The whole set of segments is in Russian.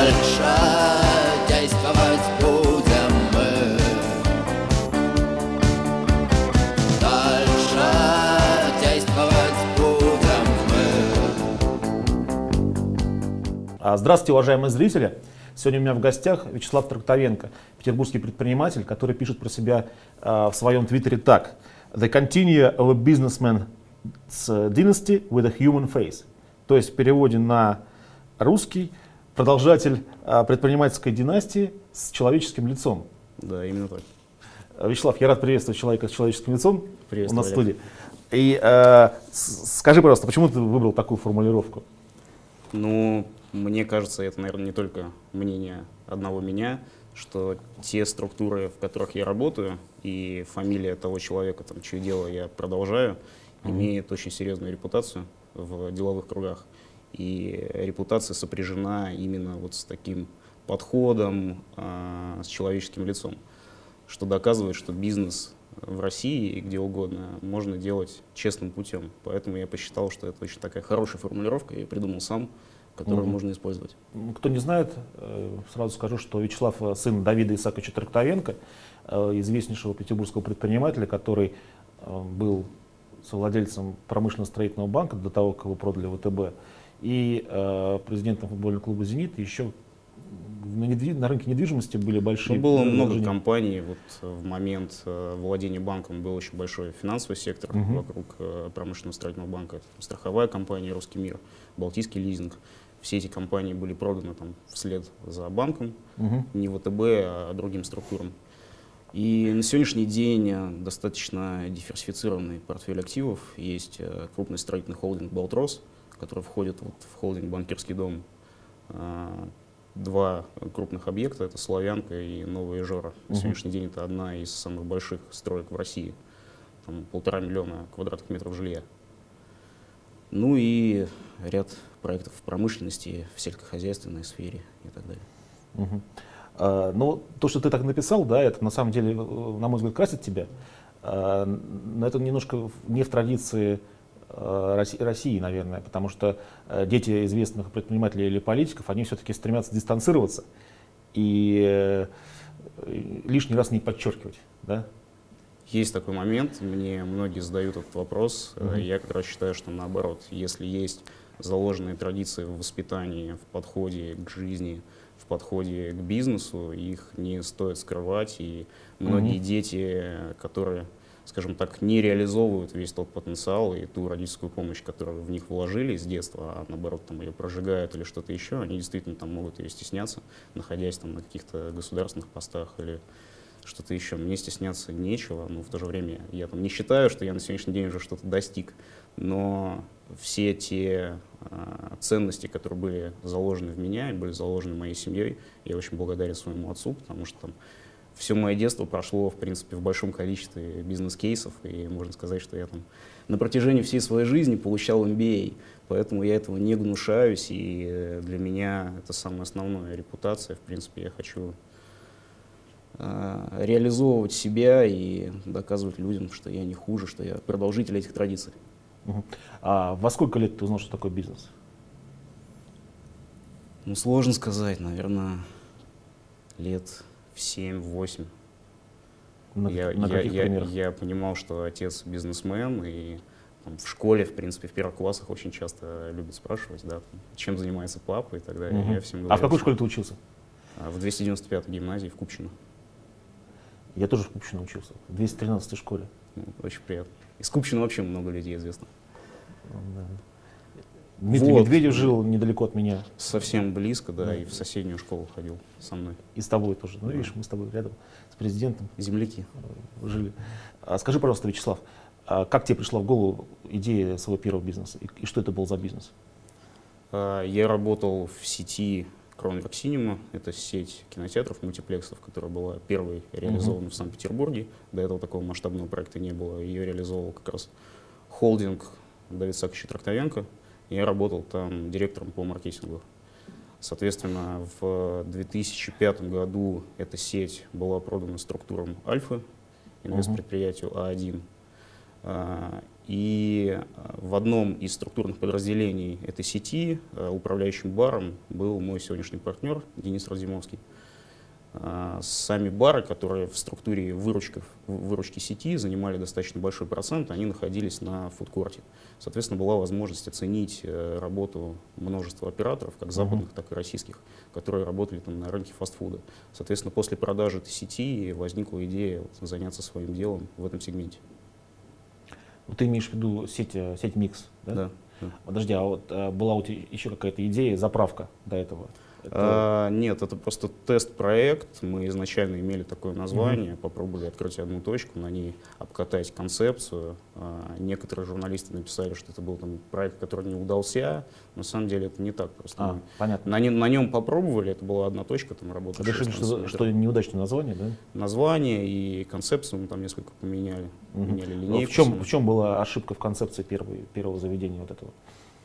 Дальше действовать будем мы. Дальше действовать будем мы. Здравствуйте, уважаемые зрители! Сегодня у меня в гостях Вячеслав Трактовенко, петербургский предприниматель, который пишет про себя в своем твиттере так: «The continue of a businessman's dynasty with a human face». То есть в переводе на русский: продолжатель предпринимательской династии с человеческим лицом. Да, именно так. Вячеслав, я рад приветствовать человека с человеческим лицом у нас в студии. Олег. И скажи, пожалуйста, почему ты выбрал такую формулировку? Ну, мне кажется, это, наверное, не только мнение одного меня, что те структуры, в которых я работаю, и фамилия того человека, там, чье дело я продолжаю, имеет очень серьезную репутацию в деловых кругах. И репутация сопряжена именно вот с таким подходом, с человеческим лицом, что доказывает, что бизнес в России и где угодно можно делать честным путем. Поэтому я посчитал, что это очень такая хорошая формулировка, я придумал сам, которую можно использовать. Кто не знает, сразу скажу, что Вячеслав — сын Давида Исааковича Трактовенко, известнейшего петербургского предпринимателя, который был совладельцем промышленно-строительного банка до того, как его продали ВТБ, и президентом футбольного клуба «Зенит». Еще на рынке недвижимости были большие... Было много компаний. Вот в момент владения банком был очень большой финансовый сектор вокруг промышленно-строительного банка. Это страховая компания «Русский мир», «Балтийский лизинг». Все эти компании были проданы там вслед за банком, не ВТБ, а другим структурам. И на сегодняшний день достаточно диверсифицированный портфель активов. Есть крупный строительный холдинг «Балтрос», который входит вот в холдинг «Банкирский дом». Два крупных объекта — это «Славянка» и «Новая Ижора». На сегодняшний день это одна из самых больших строек в России. Там 1,5 миллиона квадратных метров жилья. Ну и ряд проектов в промышленности, в сельскохозяйственной сфере и так далее. Ну, то, что ты так написал, да, это на самом деле, на мой взгляд, красит тебя. Но это немножко не в традиции России, наверное, потому что дети известных предпринимателей или политиков, они все-таки стремятся дистанцироваться и лишний раз не подчеркивать, да? Есть такой момент, мне многие задают этот вопрос. Я как раз считаю, что наоборот, если есть заложенные традиции в воспитании, в подходе к жизни, в подходе к бизнесу, их не стоит скрывать. И многие дети, которые, скажем так, не реализовывают весь тот потенциал и ту родительскую помощь, которую в них вложили с детства, а наоборот там ее прожигают или что-то еще, они действительно там могут ее стесняться, находясь там на каких-то государственных постах или что-то еще. Мне стесняться нечего, но в то же время я там не считаю, что я на сегодняшний день уже что-то достиг, но все те ценности, которые были заложены в меня и были заложены моей семьей, я очень благодарен своему отцу, потому что там все мое детство прошло, в принципе, в большом количестве бизнес-кейсов, и можно сказать, что я там на протяжении всей своей жизни получал MBA, поэтому я этого не гнушаюсь, и для меня это самое основное, репутация. В принципе, я хочу реализовывать себя и доказывать людям, что я не хуже, что я продолжитель этих традиций. А во сколько лет ты узнал, что такое бизнес? Ну, сложно сказать, наверное, лет в 7-8. Я понимал, что отец бизнесмен, и там, в школе, в принципе, в первых классах очень часто любят спрашивать, да, там, чем занимается папа и так далее. Я всем говорил, а в какой школе ты учился? В 295-й гимназии в Купчино. Я тоже в Купчино учился, в 213-й школе. Очень приятно. Из Купчино вообще много людей известно. Да. Дмитрий Медведев жил недалеко от меня. Совсем близко, да, и в соседнюю школу ходил со мной. И с тобой тоже. Ну, видишь, мы с тобой рядом, с президентом. Земляки. Жили. Скажи, пожалуйста, Вячеслав, как тебе пришла в голову идея своего первого бизнеса? И что это был за бизнес? Я работал в сети Кронверк Cinema. Это сеть кинотеатров, мультиплексов, которая была первой реализована в Санкт-Петербурге. До этого такого масштабного проекта не было. Ее реализовал как раз холдинг Давида Исааковича Трактовенко. Я работал там директором по маркетингу. Соответственно, в 2005 году эта сеть была продана структурам Альфа, инвестпредприятию А1. И в одном из структурных подразделений этой сети управляющим баром был мой сегодняшний партнер Денис Разимовский. Сами бары, которые в структуре выручки сети занимали достаточно большой процент, они находились на фудкорте. Соответственно, была возможность оценить работу множества операторов, как западных, так и российских, которые работали там на рынке фастфуда. Соответственно, после продажи этой сети возникла идея заняться своим делом в этом сегменте. Ты имеешь в виду сеть Микс, да? Да. Подожди, а вот была у тебя еще какая-то идея, заправка до этого? Нет, это просто тест-проект. Мы изначально имели такое название, попробовали открыть одну точку, на ней обкатать концепцию. Некоторые журналисты написали, что это был там проект, который не удался. На самом деле это не так. Просто понятно. На нем попробовали, это была одна точка, там работала. Решили, что неудачное название, да? Название и концепцию мы там несколько поменяли. Меняли линейку. В чем была ошибка в концепции первого заведения вот этого?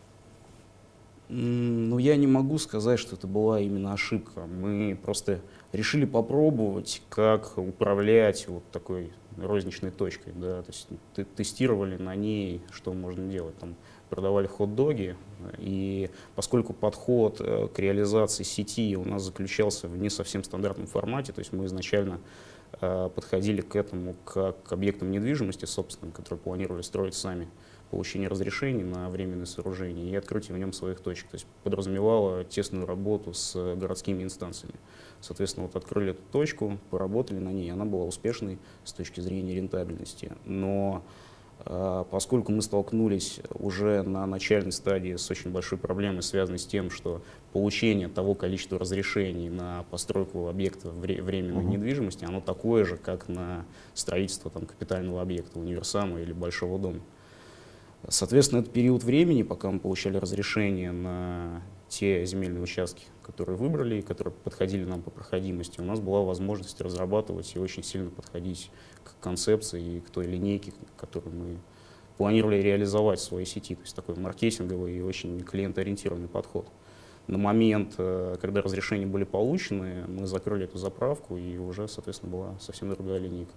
Ну, я не могу сказать, что это была именно ошибка. Мы просто решили попробовать, как управлять вот такой розничной точкой. Да? То есть тестировали на ней, что можно делать. Там продавали хот-доги, и поскольку подход к реализации сети у нас заключался в не совсем стандартном формате, то есть мы изначально подходили к этому как к объектам недвижимости собственным, которые планировали строить сами, получение разрешений на временное сооружение и открытие в нем своих точек. То есть подразумевало тесную работу с городскими инстанциями. Соответственно, вот открыли эту точку, поработали на ней, она была успешной с точки зрения рентабельности. Но поскольку мы столкнулись уже на начальной стадии с очень большой проблемой, связанной с тем, что получение того количества разрешений на постройку объекта временной недвижимости, оно такое же, как на строительство там, капитального объекта, универсама или большого дома. Соответственно, этот период времени, пока мы получали разрешение на те земельные участки, которые выбрали и которые подходили нам по проходимости, у нас была возможность разрабатывать и очень сильно подходить к концепции и к той линейке, которую мы планировали реализовать в своей сети. То есть такой маркетинговый и очень клиентоориентированный подход. На момент, когда разрешения были получены, мы закрыли эту заправку, и уже, соответственно, была совсем другая линейка.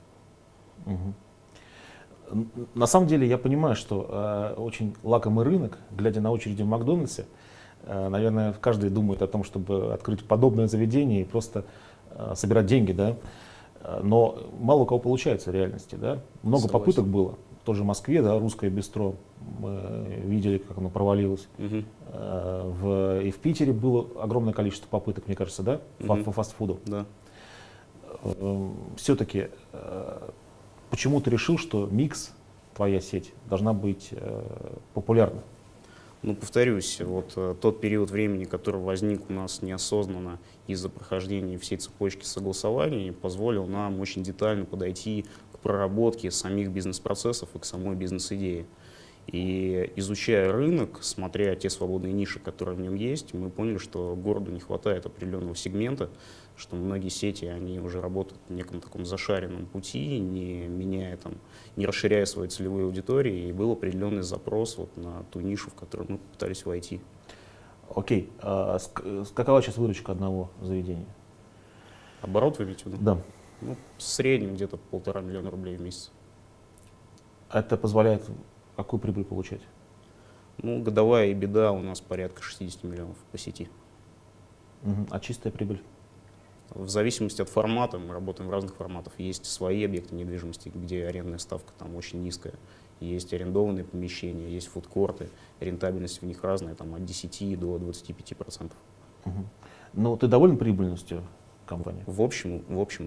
На самом деле я понимаю, что очень лакомый рынок, глядя на очереди в Макдональдсе, наверное, каждый думает о том, чтобы открыть подобное заведение и просто собирать деньги, да. Но мало у кого получается в реальности, да. Много попыток было. Тоже в Москве, да, русское бистро, мы видели, как оно провалилось. И в Питере было огромное количество попыток, мне кажется, да, по фастфуду. Да. Все-таки почему ты решил, что Микс, твоя сеть, должна быть популярна? Ну, повторюсь, вот тот период времени, который возник у нас неосознанно из-за прохождения всей цепочки согласований, позволил нам очень детально подойти к проработке самих бизнес-процессов и к самой бизнес-идее. И изучая рынок, смотря те свободные ниши, которые в нем есть, мы поняли, что городу не хватает определенного сегмента, что многие сети, они уже работают в неком таком зашаренном пути, не меняя там, не расширяя свои целевые аудитории, и был определенный запрос вот на ту нишу, в которую мы пытались войти. Окей. Какова сейчас выручка одного заведения? Оборот вы имеете в виду? Да. Ну, в среднем где-то 1,5 миллиона рублей в месяц. Это позволяет какую прибыль получать? Ну, годовая EBITDA у нас порядка 60 миллионов по сети. А чистая прибыль? В зависимости от формата, мы работаем в разных форматах. Есть свои объекты недвижимости, где арендная ставка там очень низкая. Есть арендованные помещения, есть фудкорты. Рентабельность в них разная, там, от 10 до 25%. Но ты доволен прибыльностью компании? В общем,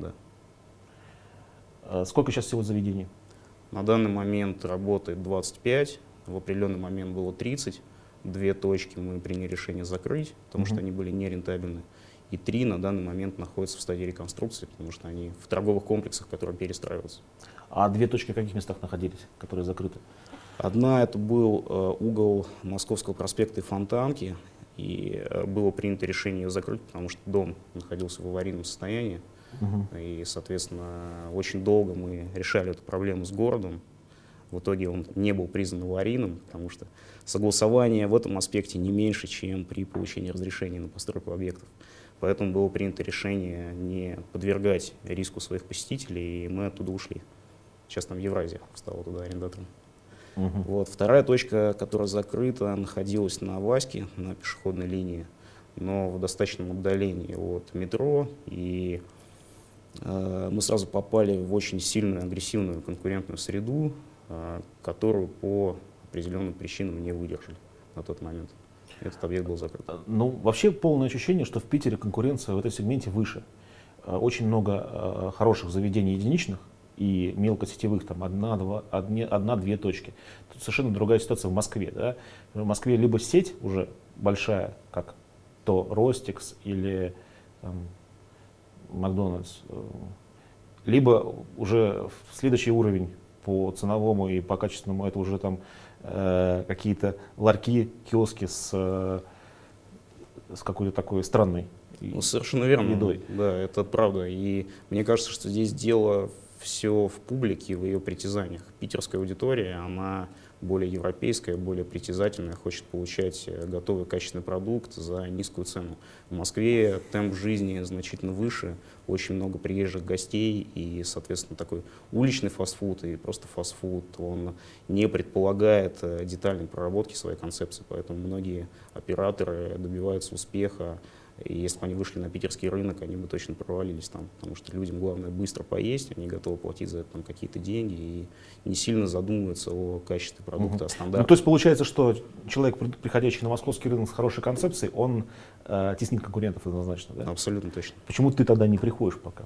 да. Сколько сейчас всего заведений? На данный момент работает 25, в определенный момент было 30. 2 точки мы приняли решение закрыть, потому что они были нерентабельны. И 3 на данный момент находятся в стадии реконструкции, потому что они в торговых комплексах, которые перестраиваются. А 2 точки в каких местах находились, которые закрыты? Одна это был угол Московского проспекта и Фонтанки, и было принято решение ее закрыть, потому что дом находился в аварийном состоянии. И, соответственно, очень долго мы решали эту проблему с городом. В итоге он не был признан аварийным, потому что согласование в этом аспекте не меньше, чем при получении разрешения на постройку объектов. Поэтому было принято решение не подвергать риску своих посетителей, и мы оттуда ушли. Сейчас там Евразия стала туда арендатором. Вот. Вторая точка, которая закрыта, находилась на Ваське, на пешеходной линии, но в достаточном отдалении от метро. И мы сразу попали в очень сильную агрессивную конкурентную среду, которую по определенным причинам не выдержали на тот момент. Этот объект был закрыт. Ну, вообще полное ощущение, что в Питере конкуренция в этом сегменте выше. Очень много хороших заведений единичных и мелкосетевых, там одна-две точки. Тут совершенно другая ситуация в Москве. Да? В Москве либо сеть уже большая, как то Ростикс или там, Макдональдс, либо уже следующий уровень по ценовому и по качественному, это уже там какие-то ларьки, киоски с какой-то такой странной Ну, совершенно верно. едой. Да, это правда. И мне кажется, что здесь дело все в публике, в ее притязаниях. Питерская аудитория, она более европейская, более притязательная, хочет получать готовый качественный продукт за низкую цену. В Москве темп жизни значительно выше, очень много приезжих гостей и, соответственно, такой уличный фастфуд и просто фастфуд, он не предполагает детальной проработки своей концепции, поэтому многие операторы добиваются успеха. И если бы они вышли на питерский рынок, они бы точно провалились там, потому что людям главное быстро поесть, они готовы платить за это там какие-то деньги и не сильно задумываются о качестве продукта, о стандартах. Ну, то есть получается, что человек, приходящий на московский рынок с хорошей концепцией, он теснит конкурентов однозначно, да? Абсолютно точно. Почему ты тогда не приходишь пока?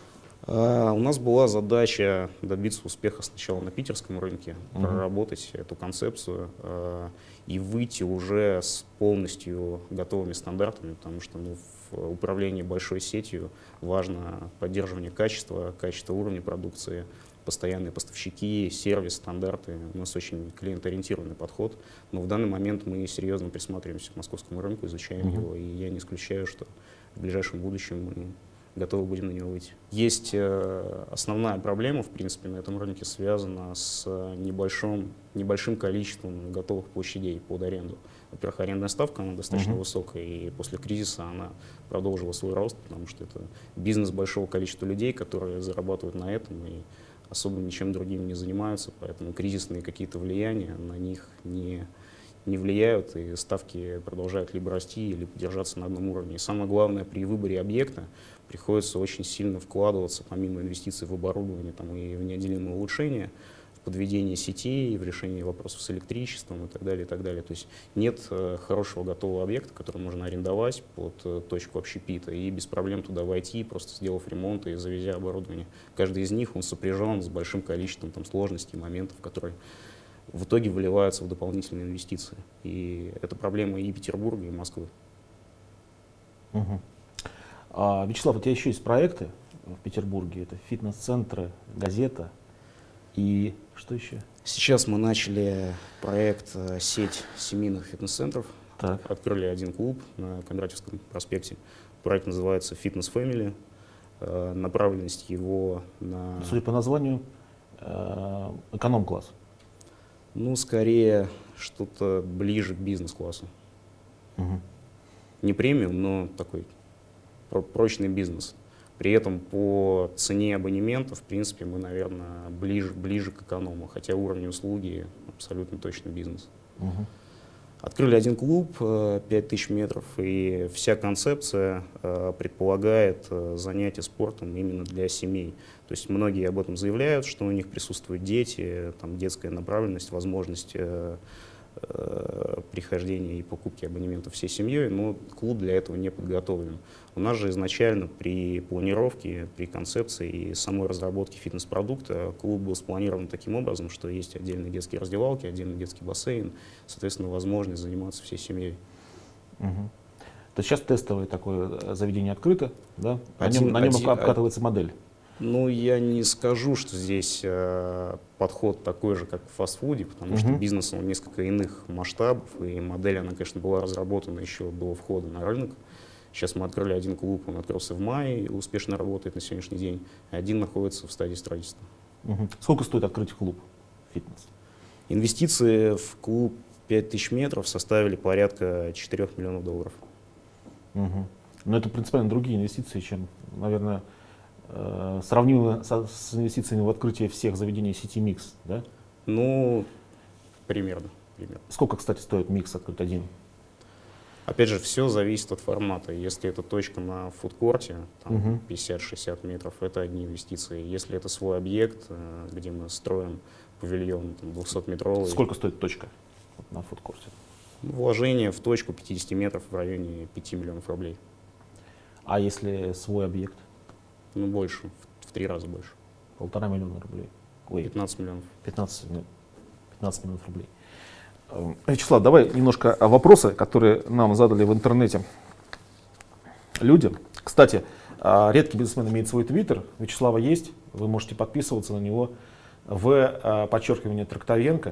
У нас была задача добиться успеха сначала на питерском рынке, проработать эту концепцию и выйти уже с полностью готовыми стандартами, потому что в управлении большой сетью важно поддерживание качества, качество уровня продукции, постоянные поставщики, сервис, стандарты. У нас очень клиентоориентированный подход, но в данный момент мы серьезно присматриваемся к московскому рынку, изучаем его, и я не исключаю, что в ближайшем будущем мы готовы будем на него выйти. Есть основная проблема, в принципе, на этом рынке связана с небольшим количеством готовых площадей под аренду. Во-первых, арендная ставка, она достаточно высокая, и после кризиса она продолжила свой рост, потому что это бизнес большого количества людей, которые зарабатывают на этом и особо ничем другим не занимаются, поэтому кризисные какие-то влияния на них не влияют, и ставки продолжают либо расти, либо держаться на одном уровне. И самое главное, при выборе объекта приходится очень сильно вкладываться, помимо инвестиций в оборудование там, и в неотделимые улучшения, в подведение сетей, в решение вопросов с электричеством и так далее, и так далее. То есть нет хорошего готового объекта, который можно арендовать под точку общепита и без проблем туда войти, просто сделав ремонт и завезя оборудование. Каждый из них он сопряжен с большим количеством там, сложностей, моментов, которые в итоге выливаются в дополнительные инвестиции. И это проблема и Петербурга, и Москвы. Вячеслав, у тебя еще есть проекты в Петербурге. Это фитнес-центры, газета и что еще? Сейчас мы начали проект сеть семейных фитнес-центров. Так. Открыли один клуб на Кондратьевском проспекте. Проект называется «Фитнес Family». Направленность его на... Судя по названию, эконом-класс. Ну, скорее, что-то ближе к бизнес-классу. Не премиум, но такой прочный бизнес. При этом по цене абонемента, в принципе, мы, наверное, ближе к эконому, хотя уровень услуги абсолютно точно бизнес. Открыли один клуб, 5000 метров, и вся концепция предполагает занятия спортом именно для семей. То есть многие об этом заявляют, что у них присутствуют дети, там детская направленность, возможность прихождения и покупки абонементов всей семьей, но клуб для этого не подготовлен. У нас же изначально при планировке, при концепции и самой разработке фитнес-продукта клуб был спланирован таким образом, что есть отдельные детские раздевалки, отдельный детский бассейн, соответственно, возможность заниматься всей семьей. То есть сейчас тестовое такое заведение открыто, да? На нем обкатывается модель. Ну, я не скажу, что здесь подход такой же, как в фастфуде, потому что бизнес он несколько иных масштабов, и модель, она, конечно, была разработана еще до входа на рынок. Сейчас мы открыли один клуб, он открылся в мае, и успешно работает на сегодняшний день. Один находится в стадии строительства. Сколько стоит открыть клуб фитнес? Инвестиции в клуб 5000 метров составили порядка $4 миллионов. Но это принципиально другие инвестиции, чем, наверное, сравнимо с инвестициями в открытие всех заведений сети Микс, да? Ну, Примерно. Сколько, кстати, стоит микс открыть один? Опять же, все зависит от формата. Если это точка на фудкорте, Мгм. 50-60 метров, это одни инвестиции. Если это свой объект, где мы строим павильон 200-метровый, Сколько стоит точка вот на фудкорте? вложение в точку 50 метров в районе 5 миллионов рублей. А если свой объект? Ну, больше, в 3 раза больше. 1,5 миллиона рублей. Ой, 15 миллионов. 15 миллионов рублей. Вячеслав, давай немножко о вопросы, которые нам задали в интернете люди. Кстати, редкий бизнесмен имеет свой твиттер, Вячеслава есть, вы можете подписываться на него _, Трактовенко.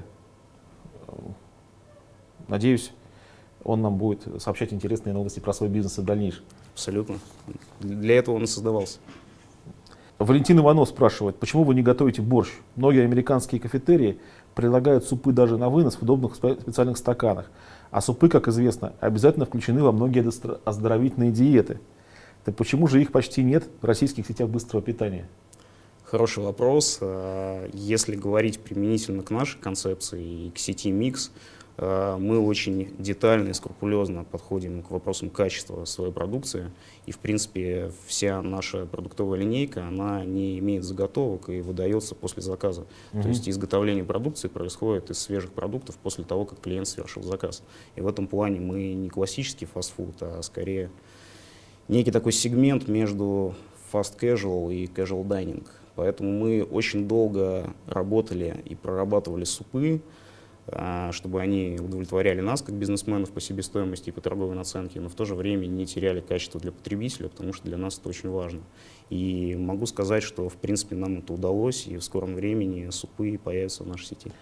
Надеюсь, он нам будет сообщать интересные новости про свой бизнес и в дальнейшем. Абсолютно. Для этого он и создавался. Валентин Иванов спрашивает, почему вы не готовите борщ? Многие американские кафетерии предлагают супы даже на вынос в удобных специальных стаканах. А супы, как известно, обязательно включены во многие оздоровительные диеты. Так почему же их почти нет в российских сетях быстрого питания? Хороший вопрос. Если говорить применительно к нашей концепции и к сети Mix, мы очень детально и скрупулезно подходим к вопросам качества своей продукции. И, в принципе, вся наша продуктовая линейка, она не имеет заготовок и выдается после заказа. То есть изготовление продукции происходит из свежих продуктов после того, как клиент совершил заказ. И в этом плане мы не классический фастфуд, а скорее некий такой сегмент между fast casual и casual dining. Поэтому мы очень долго работали и прорабатывали супы, чтобы они удовлетворяли нас, как бизнесменов, по себестоимости и по торговой наценке, но в то же время не теряли качество для потребителя, потому что для нас это очень важно. И могу сказать, что, в принципе, нам это удалось, и в скором времени супы появятся в нашей сети.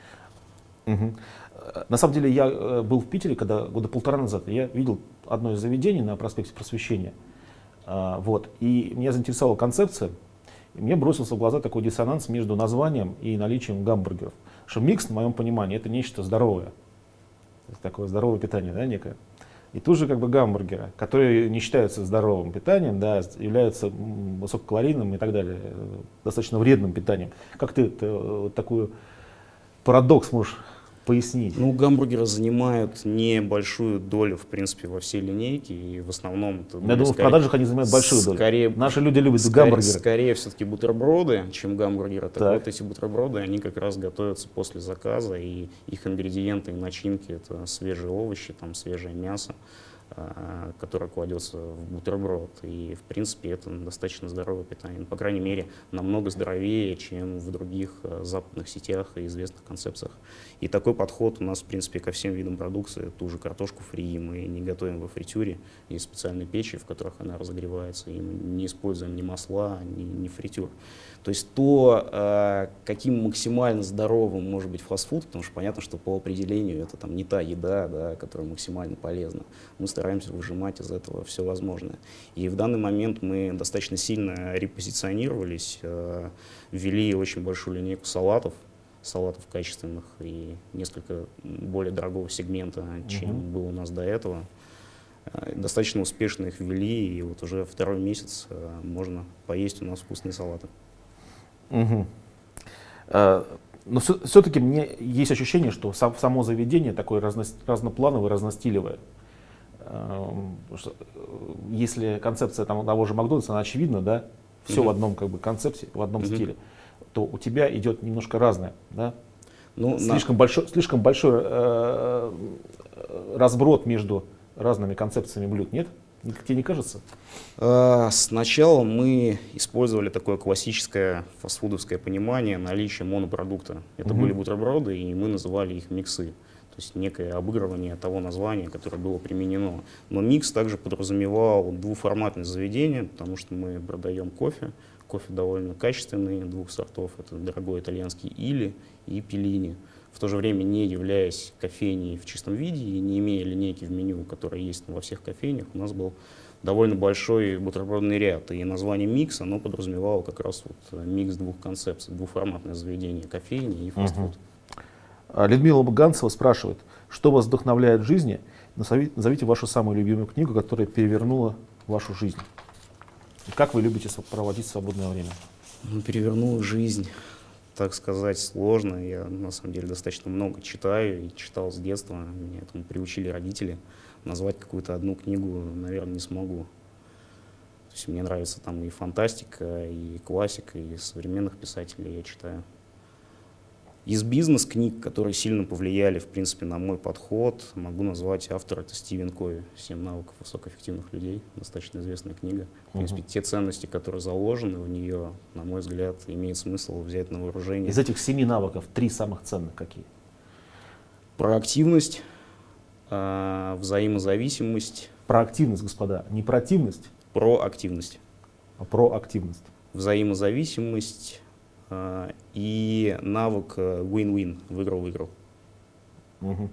На самом деле, я был в Питере, когда года 1,5 назад, я видел одно из заведений на проспекте Просвещения. И меня заинтересовала концепция, и мне бросился в глаза такой диссонанс между названием и наличием гамбургеров. Что микс, в моем понимании, это нечто здоровое. Это такое здоровое питание, да, некое. И тут же как бы гамбургеры, которые не считаются здоровым питанием, да, являются высококалорийным и так далее, достаточно вредным питанием. Как ты такой парадокс можешь пояснить? Ну, гамбургеры занимают небольшую долю, в принципе, во всей линейке, и в основном... Это, Я думаю, в продажах они занимают большую долю. Наши люди любят гамбургеры. Скорее все-таки бутерброды, чем гамбургеры. Так вот, эти бутерброды, они как раз готовятся после заказа, и их ингредиенты и начинки — это свежие овощи, там, свежее мясо, которое кладется в бутерброд. И, в принципе, это достаточно здоровое питание. Ну, по крайней мере, намного здоровее, чем в других западных сетях и известных концепциях. И такой подход у нас, в принципе, ко всем видам продукции. Ту же картошку фри мы не готовим во фритюре. Есть специальные печи, в которых она разогревается. И мы не используем ни масла, ни фритюр. То есть то, каким максимально здоровым может быть фастфуд, потому что понятно, что по определению это там не та еда, да, которая максимально полезна. Мы стараемся выжимать из этого все возможное. И в данный момент мы достаточно сильно репозиционировались, ввели очень большую линейку салатов качественных и несколько более дорогого сегмента, чем был у нас до этого. Достаточно успешно их ввели, и вот уже второй месяц можно поесть у нас вкусные салаты. Но все-таки мне есть ощущение, что само заведение такое разноплановое, разностилевое. Если концепция того же Макдональдса, она очевидна, да, все в одном как бы концепте, в одном стиле, то у тебя идет немножко разное, да? Ну, слишком большой разброд между разными концепциями блюд, нет? Тебе не кажется? Сначала мы использовали такое классическое фастфудовское понимание наличия монопродукта. Это были бутерброды, и мы называли их миксы. То есть некое обыгрывание того названия, которое было применено. Но микс также подразумевал двуформатное заведение, потому что мы продаем кофе. Кофе довольно качественный, 2 сортов. Это дорогой итальянский Или и Пеллини. В то же время не являясь кофейней в чистом виде и не имея линейки в меню, которая есть во всех кофейнях, у нас был довольно большой бутербродный ряд. И название «Микс» оно подразумевало как раз вот микс двух концепций, двуформатное заведение кофейни и фастфуд. Людмила Ганцева спрашивает, что вас вдохновляет в жизни? Назовите вашу самую любимую книгу, которая перевернула вашу жизнь. И как вы любите проводить свободное время? Перевернула жизнь. так сказать, сложно. Я, на самом деле, достаточно много читаю и читал с детства. Меня этому приучили родители. Назвать какую-то одну книгу, наверное, не смогу. То есть мне нравится там и фантастика, и классика, и современных писателей я читаю. Из бизнес-книг, которые сильно повлияли, в принципе, на мой подход, могу назвать автора, это Стивен Кови, «7 навыков высокоэффективных людей», достаточно известная книга. В принципе, те ценности, которые заложены в нее, на мой взгляд, имеет смысл взять на вооружение. Из этих 7 навыков 3 самых ценных какие? Проактивность, взаимозависимость. Проактивность, господа, не противность, Проактивность. а проактивность. Взаимозависимость и навык win-win, выиграл-выиграл. Угу.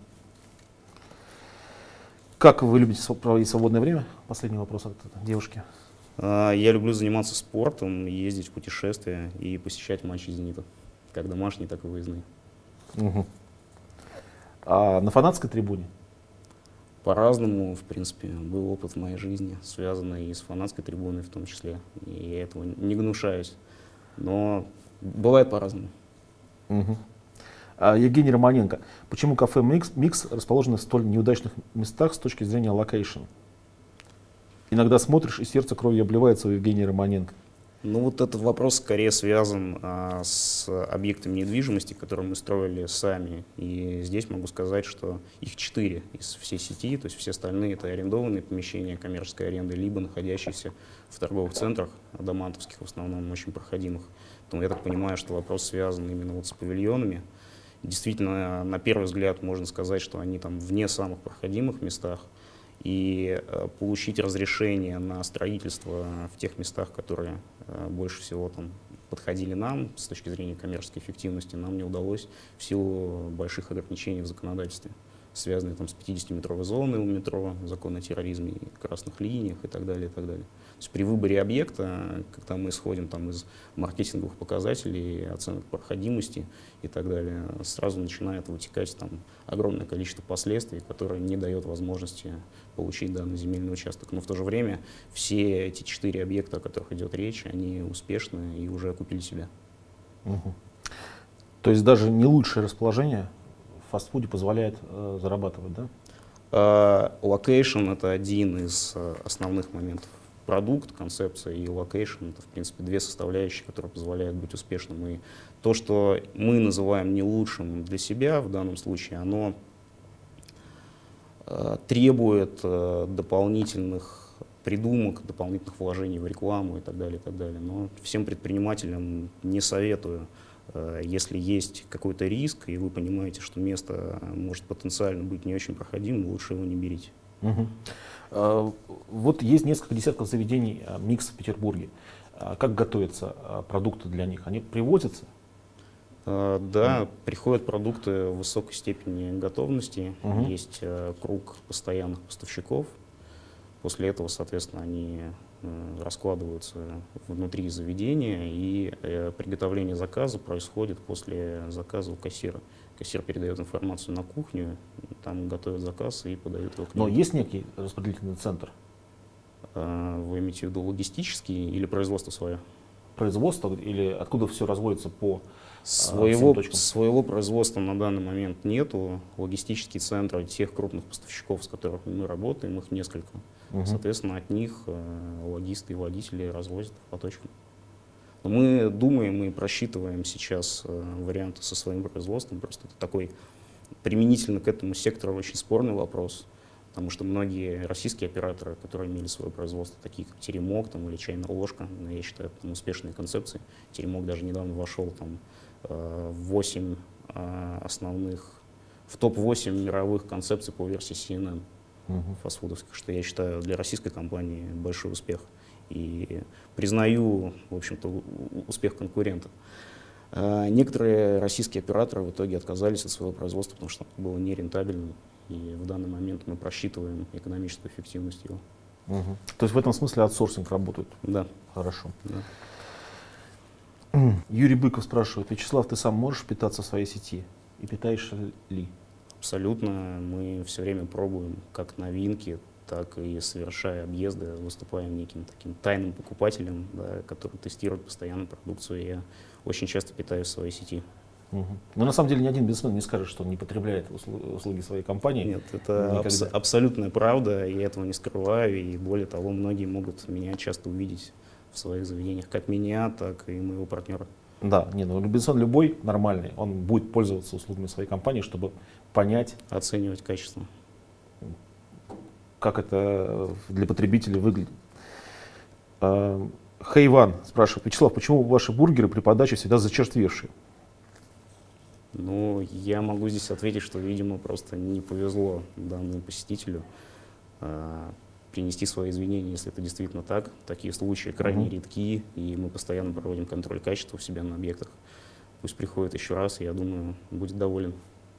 Как вы любите проводить свободное время? Последний вопрос от девушки. Я люблю заниматься спортом, ездить в путешествия и посещать матчи «Зенита», как домашние, так и выездные. Угу. А на фанатской трибуне? По-разному, в принципе, был опыт в моей жизни, связанный и с фанатской трибуной в том числе. И я этого не гнушаюсь. Но бывает по-разному. Угу. Евгений Романенко. Почему кафе «Микс» расположено в столь неудачных местах с точки зрения локейшн? Иногда смотришь, и сердце кровью обливается у Евгения Романенко. Ну вот этот вопрос скорее связан с объектами недвижимости, которые мы строили сами. И здесь могу сказать, что их 4 из всей сети, то есть все остальные это арендованные помещения коммерческой аренды, либо находящиеся в торговых центрах, домантовских в основном, очень проходимых. Поэтому я так понимаю, что вопрос связан именно вот с павильонами. Действительно, на первый взгляд можно сказать, что они там в не самых проходимых местах. И получить разрешение на строительство в тех местах, которые больше всего там подходили нам с точки зрения коммерческой эффективности, нам не удалось в силу больших ограничений в законодательстве, связанных там с 50-метровой зоной у метро, закон о терроризме, красных линиях и так далее, и так далее. То есть при выборе объекта, когда мы исходим там из маркетинговых показателей, оценок проходимости и так далее, сразу начинает вытекать там огромное количество последствий, которые не дает возможности получить данный земельный участок. Но в то же время все эти 4 объекта, о которых идет речь, они успешны и уже окупили себя. Угу. То есть даже не лучшее расположение в фастфуде позволяет зарабатывать, да? Локейшн — это один из основных моментов. Продукт, концепция и локейшн — это, в принципе, 2 составляющие, которые позволяют быть успешным. И то, что мы называем не лучшим для себя в данном случае, оно требует дополнительных придумок, дополнительных вложений в рекламу и так далее, и так далее. Но всем предпринимателям не советую. Если есть какой-то риск, и вы понимаете, что место может потенциально быть не очень проходимым, лучше его не берите. Угу. Вот есть несколько десятков заведений «Микс» в Петербурге. Как готовятся продукты для них? Они привозятся? Да, приходят продукты высокой степени готовности. Есть круг постоянных поставщиков. После этого, соответственно, они раскладываются внутри заведения, и приготовление заказа происходит после заказа у кассира. Кассир передает информацию на кухню, там готовят заказ и подают его к Но клиенту. есть некий распределительный центр? Вы имеете в виду логистический или производство свое? Производство или откуда все разводится по Своего точкам? производства на данный момент нету. Логистические центры тех крупных поставщиков, с которыми мы работаем, их несколько. Соответственно, от них логисты и водители развозят по точкам. Но мы думаем и просчитываем сейчас варианты со своим производством. Просто это такой применительно к этому сектору очень спорный вопрос. Потому что многие российские операторы, которые имели свое производство, такие как Теремок там, или Чайная ложка, я считаю, там, успешные концепции. Теремок даже недавно вошел там, в топ-8 мировых концепций по версии CNN фастфудовских, что я считаю для российской компании большой успех. И признаю, в общем-то, успех конкурента. Некоторые российские операторы в итоге отказались от своего производства, потому что это было нерентабельно. И в данный момент мы просчитываем экономическую эффективность его. То есть в этом смысле аутсорсинг работает? Да. Хорошо. Да. Юрий Быков спрашивает: Вячеслав, ты сам можешь питаться в своей сети? И питаешь ли? Абсолютно. Мы все время пробуем как новинки, так и совершая объезды, выступаем неким таким тайным покупателем, да, который тестирует постоянно продукцию. Я очень часто питаюсь в своей сети. Но на самом деле ни один бизнесмен не скажет, что он не потребляет услуги своей компании. Нет, это абсолютная правда, я этого не скрываю, и более того, многие могут меня часто увидеть в своих заведениях, как меня, так и моего партнера. Да, бизнесмен любой нормальный, он будет пользоваться услугами своей компании, чтобы понять, Оценивать качество. как это для потребителей выглядит. Хайван спрашивает: Вячеслав, почему ваши бургеры при подаче всегда зачерствевшие? Ну, я могу здесь ответить, что, видимо, просто не повезло данному посетителю принести свои извинения, если это действительно так. Такие случаи крайне редки, и мы постоянно проводим контроль качества у себя на объектах. Пусть приходит еще раз, и я думаю, будет доволен.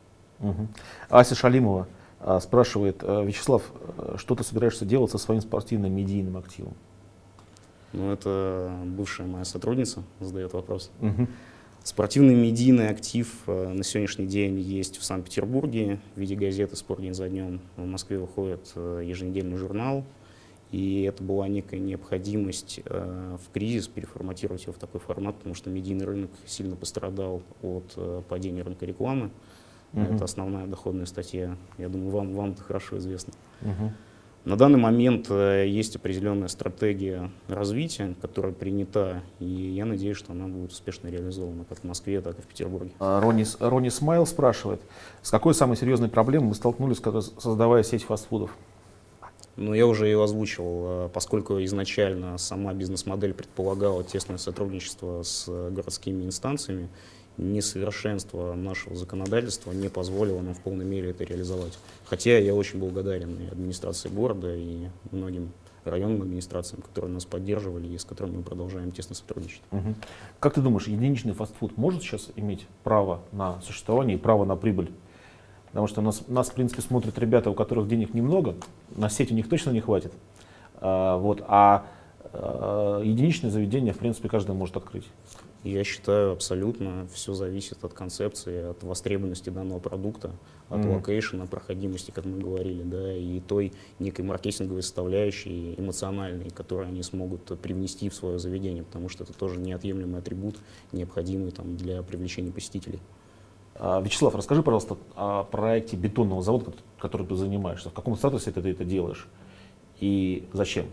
Ася Шалимова спрашивает: Вячеслав, что ты собираешься делать со своим спортивным медийным активом? Ну, это бывшая моя сотрудница задает вопрос. Спортивный медийный актив на сегодняшний день есть в Санкт-Петербурге в виде газеты «Спортдень за днем». В Москве выходит еженедельный журнал, и это была некая необходимость в кризис переформатировать его в такой формат, потому что медийный рынок сильно пострадал от падения рынка рекламы. Это основная доходная статья. Я думаю, вам это хорошо известно. На данный момент есть определенная стратегия развития, которая принята, и я надеюсь, что она будет успешно реализована как в Москве, так и в Петербурге. Ронни Смайл спрашивает: с какой самой серьезной проблемой вы столкнулись, создавая сеть фастфудов? Ну, я уже ее озвучил, поскольку изначально сама бизнес-модель предполагала тесное сотрудничество с городскими инстанциями, несовершенство нашего законодательства не позволило нам в полной мере это реализовать. Хотя я очень благодарен и администрации города, и многим районным администрациям, которые нас поддерживали и с которыми мы продолжаем тесно сотрудничать. Как ты думаешь, единичный фастфуд может сейчас иметь право на существование и право на прибыль? Потому что нас в принципе, смотрят ребята, у которых денег немного, на сеть у них точно не хватит. А единичное заведение, в принципе, каждый может открыть. Я считаю, абсолютно все зависит от концепции, от востребованности данного продукта, от локейшена, проходимости, как мы говорили, да, и той некой маркетинговой составляющей, эмоциональной, которую они смогут привнести в свое заведение, потому что это тоже неотъемлемый атрибут, необходимый там, для привлечения посетителей. Вячеслав, расскажи, пожалуйста, о проекте бетонного завода, которым ты занимаешься. В каком статусе ты это делаешь и зачем?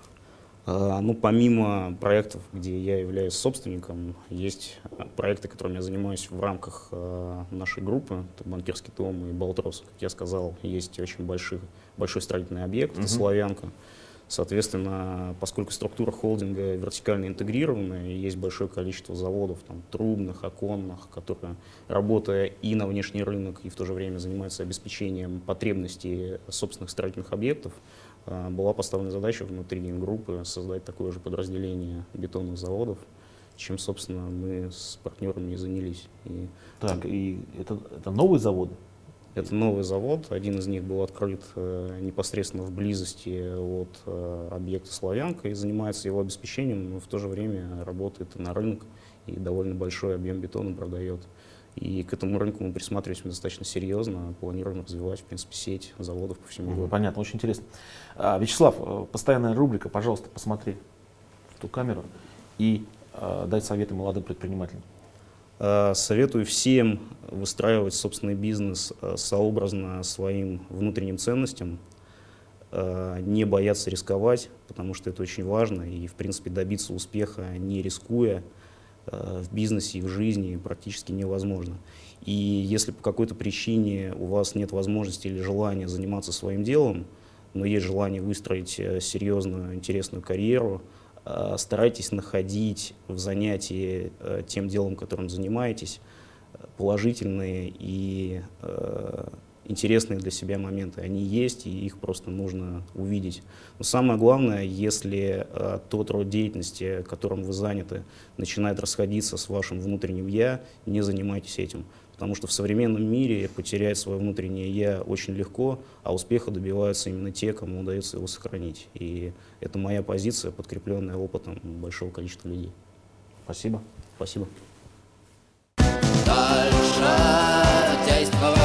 Ну, помимо проектов, где я являюсь собственником, есть проекты, которыми я занимаюсь в рамках нашей группы, это банкирский дом и Балтрос. Как я сказал, есть очень большой строительный объект, это Славянка. Соответственно, поскольку структура холдинга вертикально интегрированная, есть большое количество заводов, там, трубных, оконных, которые, работая и на внешний рынок, и в то же время занимаются обеспечением потребностей собственных строительных объектов, была поставлена задача внутри группы создать такое же подразделение бетонных заводов, чем, собственно, мы с партнерами и занялись. И это новый завод? Это новый завод. Один из них был открыт непосредственно в близости от объекта «Славянка» и занимается его обеспечением, но в то же время работает на рынок и довольно большой объем бетона продает. И к этому рынку мы присматриваемся достаточно серьезно, планируем развивать, в принципе, сеть заводов по всему городу. Понятно, очень интересно. Вячеслав, постоянная рубрика, пожалуйста, посмотри в ту камеру и дай советы молодым предпринимателям. Советую всем выстраивать собственный бизнес сообразно своим внутренним ценностям, не бояться рисковать, потому что это очень важно, и, в принципе, добиться успеха, не рискуя, в бизнесе и в жизни практически невозможно. И если по какой-то причине у вас нет возможности или желания заниматься своим делом, но есть желание выстроить серьезную, интересную карьеру, старайтесь находить в занятии тем делом, которым занимаетесь, положительные и интересные для себя моменты. Они есть, и их просто нужно увидеть. Но самое главное, если тот род деятельности, которым вы заняты, начинает расходиться с вашим внутренним «я», не занимайтесь этим. Потому что в современном мире потерять свое внутреннее «я» очень легко, а успеха добиваются именно те, кому удается его сохранить. И это моя позиция, подкрепленная опытом большого количества людей. Спасибо. Спасибо. Дальше действовать.